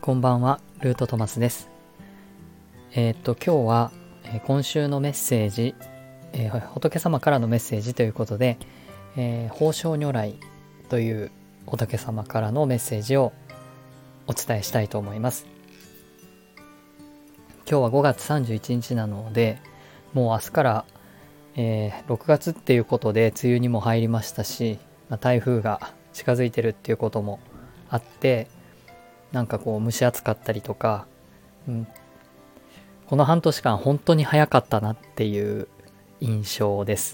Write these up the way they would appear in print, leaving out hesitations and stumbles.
こんばんは、ルートトマスです。今日は、今週のメッセージ、仏様からのメッセージということで、宝生如来という仏様からのメッセージをお伝えしたいと思います。今日は5月31日なので、もう明日から、6月っていうことで梅雨にも入りましたし、台風が近づいてるっていうこともあって、なんかこう蒸し暑かったりとか、この半年間本当に早かったなっていう印象です。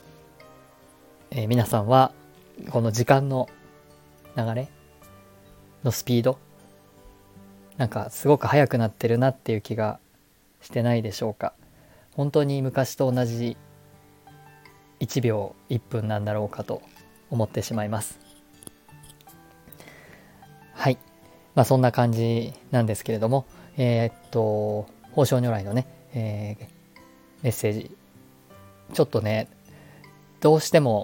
皆さんはこの時間の流れのスピード、なんかすごく速くなってるなっていう気がしてないでしょうか。本当に昔と同じ1秒1分なんだろうかと思ってしまいます。はい。そんな感じなんですけれども、宝生如来のね、メッセージ、ちょっとね、どうしても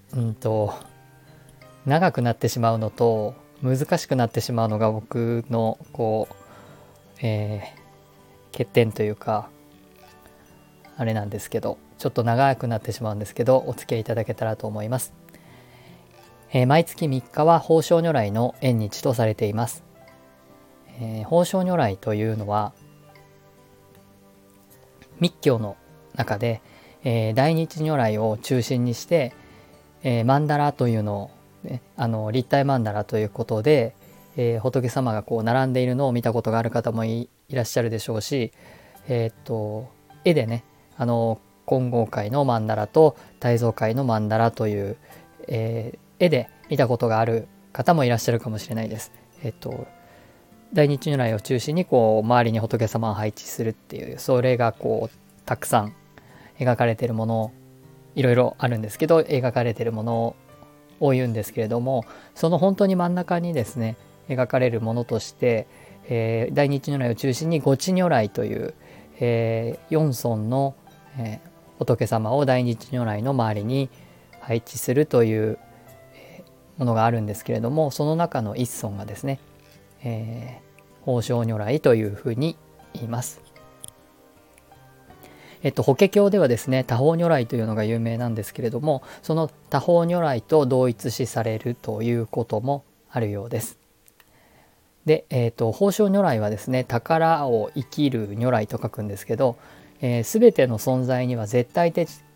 長くなってしまうのと難しくなってしまうのが僕の欠点というかあれなんですけど、ちょっと長くなってしまうんですけど、お付き合いいただけたらと思います。毎月3日は宝生如来の縁日とされています。宝生如来というのは密教の中で、大日如来を中心にして、曼荼羅というのを、ね、立体曼荼羅ということで、仏様がこう並んでいるのを見たことがある方も いらっしゃるでしょうし、絵でね、金剛界の曼荼羅と大蔵界の曼荼羅という、絵で見たことがある方もいらっしゃるかもしれないです。大日如来を中心にこう周りに仏様を配置するっていう、それがこうたくさん描かれているもの、いろいろあるんですけど、描かれているものを言うんですけれども、その本当に真ん中にですね描かれるものとして、大日如来を中心に五智如来という、4尊の、仏様を大日如来の周りに配置するという、ものがあるんですけれども、その中の一尊がですね、宝生如来というふうに言います。法華経ではですね、多宝如来というのが有名なんですけれども、その多宝如来と同一視されるということもあるようです。で、宝生如来はですね、宝を生きる如来と書くんですけど、全ての存在には絶対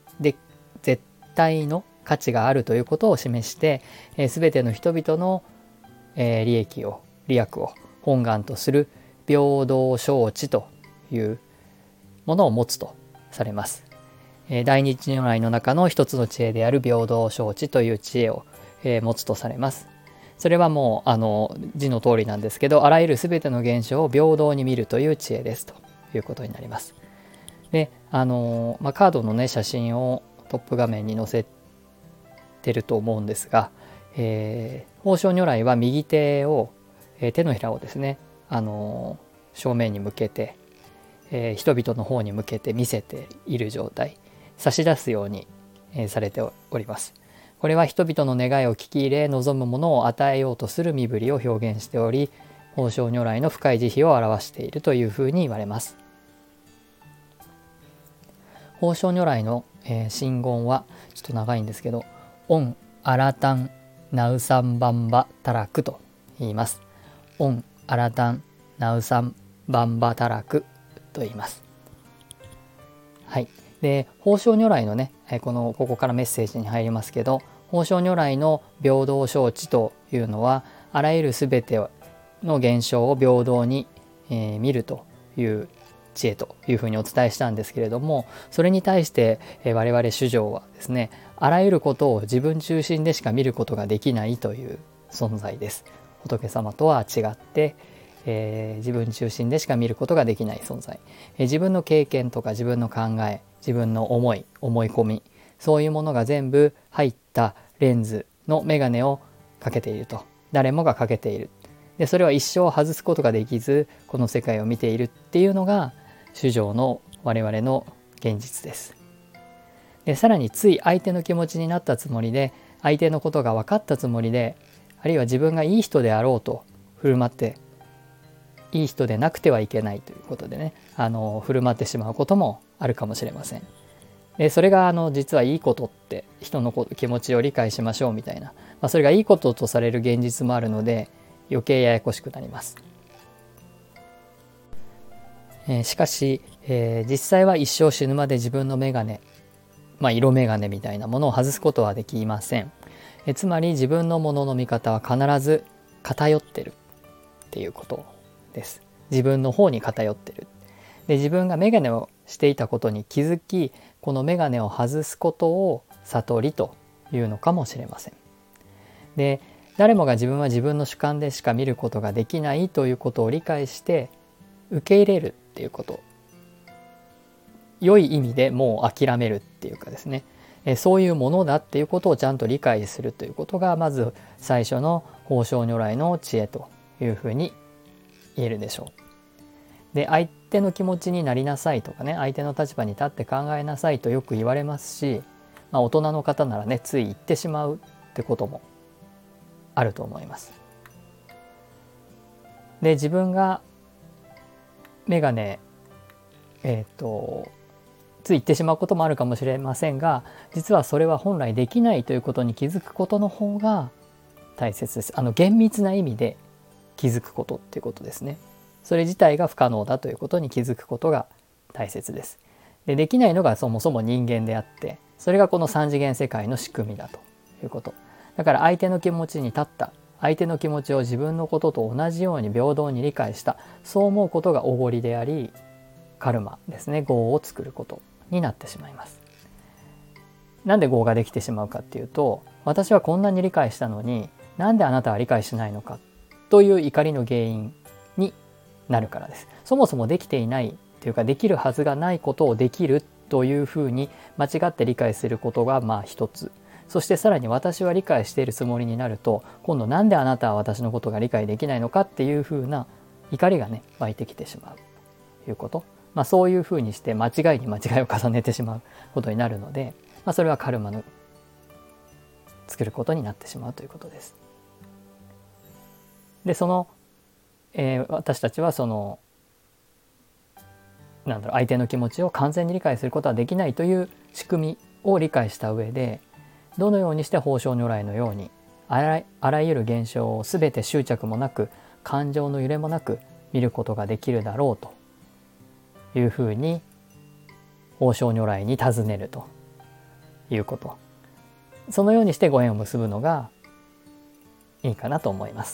の価値があるということを示して、全ての人々の、利益を利益を本願とする平等承知というものを持つとされます。大日如来の中の一つの知恵である平等承知という知恵を、持つとされます。それはもう字の通りなんですけど、あらゆる全ての現象を平等に見るという知恵ですということになります。で、カードのね写真をトップ画面に載せてると思うんですが、宝生如来は右手を、手のひらをですね、正面に向けて、人々の方に向けて見せている状態、差し出すように、されております。これは人々の願いを聞き入れ望むものを与えようとする身振りを表現しており、宝生如来の深い慈悲を表しているというふうに言われます。宝生如来の、真言はちょっと長いんですけど、オンアラタンナウサンバンバタラクと言います。オンアラタンナウサンバンバタラクと言います。はい。で、宝生如来のね、ここからメッセージに入りますけど、宝生如来の平等承知というのは、あらゆるすべての現象を平等に、見るという知恵というふうにお伝えしたんですけれども、それに対して、我々衆生はですね、あらゆることを自分中心でしか見ることができないという存在です。仏様とは違って、自分中心でしか見ることができない存在、自分の経験とか自分の考え、自分の思い込み、そういうものが全部入ったレンズの眼鏡をかけていると、誰もがかけている。でそれは一生外すことができず、この世界を見ているっていうのが衆生の我々の現実です。でさらについ相手の気持ちになったつもりで、相手のことが分かったつもりで、あるいは自分がいい人であろうと振る舞っていい人でなくてはいけないということでね振る舞ってしまうこともあるかもしれません。でそれが実はいいことって人の気持ちを理解しましょうみたいな、それがいいこととされる現実もあるので余計ややこしくなります。しかし、実際は一生死ぬまで自分の眼鏡、色眼鏡みたいなものを外すことはできません。つまり自分のものの見方は必ず偏ってるっていうことです。自分の方に偏ってる。で自分が眼鏡をしていたことに気づき、この眼鏡を外すことを悟りというのかもしれません。で誰もが自分は自分の主観でしか見ることができないということを理解して受け入れるっていうこと、良い意味でもう諦めるっていうかですね、そういうものだっていうことをちゃんと理解するということがまず最初の宝生如来の知恵というふうに言えるでしょう。で相手の気持ちになりなさいとかね、相手の立場に立って考えなさいとよく言われますし、大人の方ならねつい言ってしまうってこともあると思います。で自分が眼鏡つい言ってしまうこともあるかもしれませんが、実はそれは本来できないということに気づくことの方が大切です。厳密な意味で気づくことっていうことですね。それ自体が不可能だということに気づくことが大切です。で、できないのがそもそも人間であって、それがこの三次元世界の仕組みだということ。だから相手の気持ちに立った、相手の気持ちを自分のことと同じように平等に理解した、そう思うことがおごりであり、カルマですね、業を作ることになってしまいます。なんで業ができてしまうかっていうと、私はこんなに理解したのになんであなたは理解しないのかという怒りの原因になるからです。そもそもできていないというか、できるはずがないことをできるというふうに間違って理解することが一つ。そしてさらに私は理解しているつもりになると、今度なんであなたは私のことが理解できないのかっていうふうな怒りがね湧いてきてしまうということ。そういうふうにして間違いに間違いを重ねてしまうことになるので、それはカルマの作ることになってしまうということです。で私たちは相手の気持ちを完全に理解することはできないという仕組みを理解した上で、どのようにして宝生如来のようにあらゆる現象を全て執着もなく感情の揺れもなく見ることができるだろうというふうに宝生如来に尋ねるということ、そのようにしてご縁を結ぶのがいいかなと思います。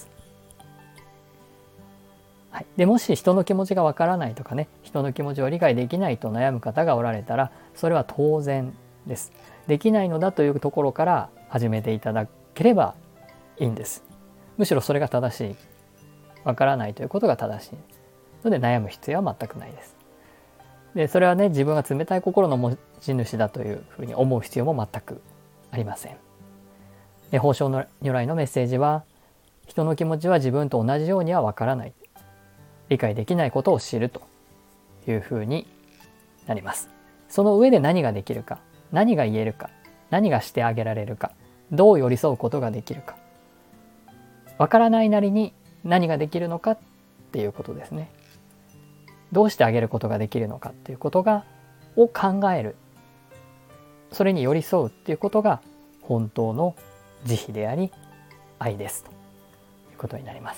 はい、でもし人の気持ちがわからないとかね、人の気持ちを理解できないと悩む方がおられたら、それは当然です。できないのだというところから始めていただければいいんです。むしろそれが正しい、わからないということが正しいので悩む必要は全くないです。でそれはね、自分が冷たい心の持ち主だというふうに思う必要も全くありません。で宝生如来のメッセージは、人の気持ちは自分と同じようにはわからない、理解できないことを知るというふうになります。その上で何ができるか、何が言えるか、何がしてあげられるか、どう寄り添うことができるか、わからないなりに何ができるのかっていうことですね。どうしてあげることができるのかっていうことを考える、それに寄り添うっていうことが本当の慈悲であり愛ですということになります。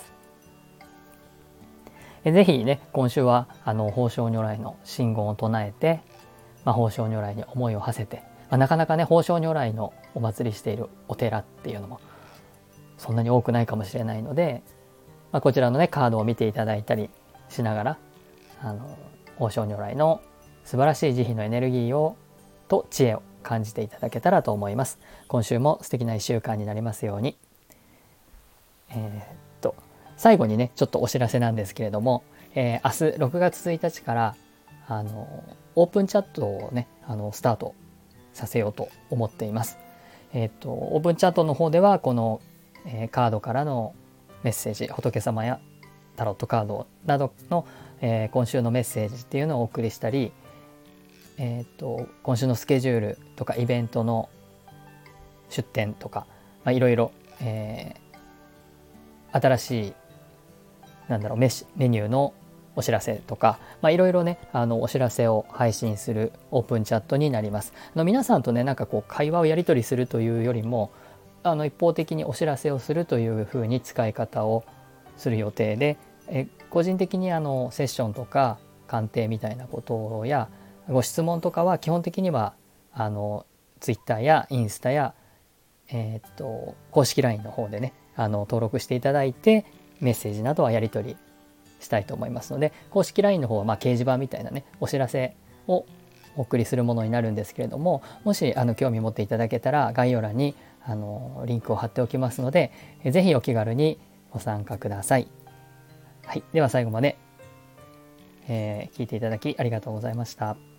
ぜひね、今週は宝生如来の真言を唱えて、宝生如来に思いを馳せて、なかなかね宝生如来のお祭りしているお寺っていうのもそんなに多くないかもしれないので、こちらのねカードを見ていただいたりしながら、宝生如来の素晴らしい慈悲のエネルギーと知恵を感じていただけたらと思います。今週も素敵な1週間になりますように。最後にねちょっとお知らせなんですけれども、明日6月1日からオープンチャットをねスタートさせようと思っています。オープンチャットの方ではこの、カードからのメッセージ、仏様やタロットカードなどの、今週のメッセージっていうのをお送りしたり、今週のスケジュールとかイベントの出展とか、いろいろ、新しいメニューのお知らせとか、いろいろねお知らせを配信するオープンチャットになります。皆さんとねなんかこう会話をやり取りするというよりも一方的にお知らせをするというふうに使い方をする予定で、個人的にセッションとか鑑定みたいなことやご質問とかは基本的にはTwitter やインスタや、公式 LINE の方でね登録していただいてメッセージなどはやり取りしたいと思いますので、公式 LINE の方は掲示板みたいなねお知らせをお送りするものになるんですけれども、もし興味持っていただけたら概要欄にリンクを貼っておきますので、ぜひお気軽にご参加ください。はい、では最後まで、聞いていただきありがとうございました。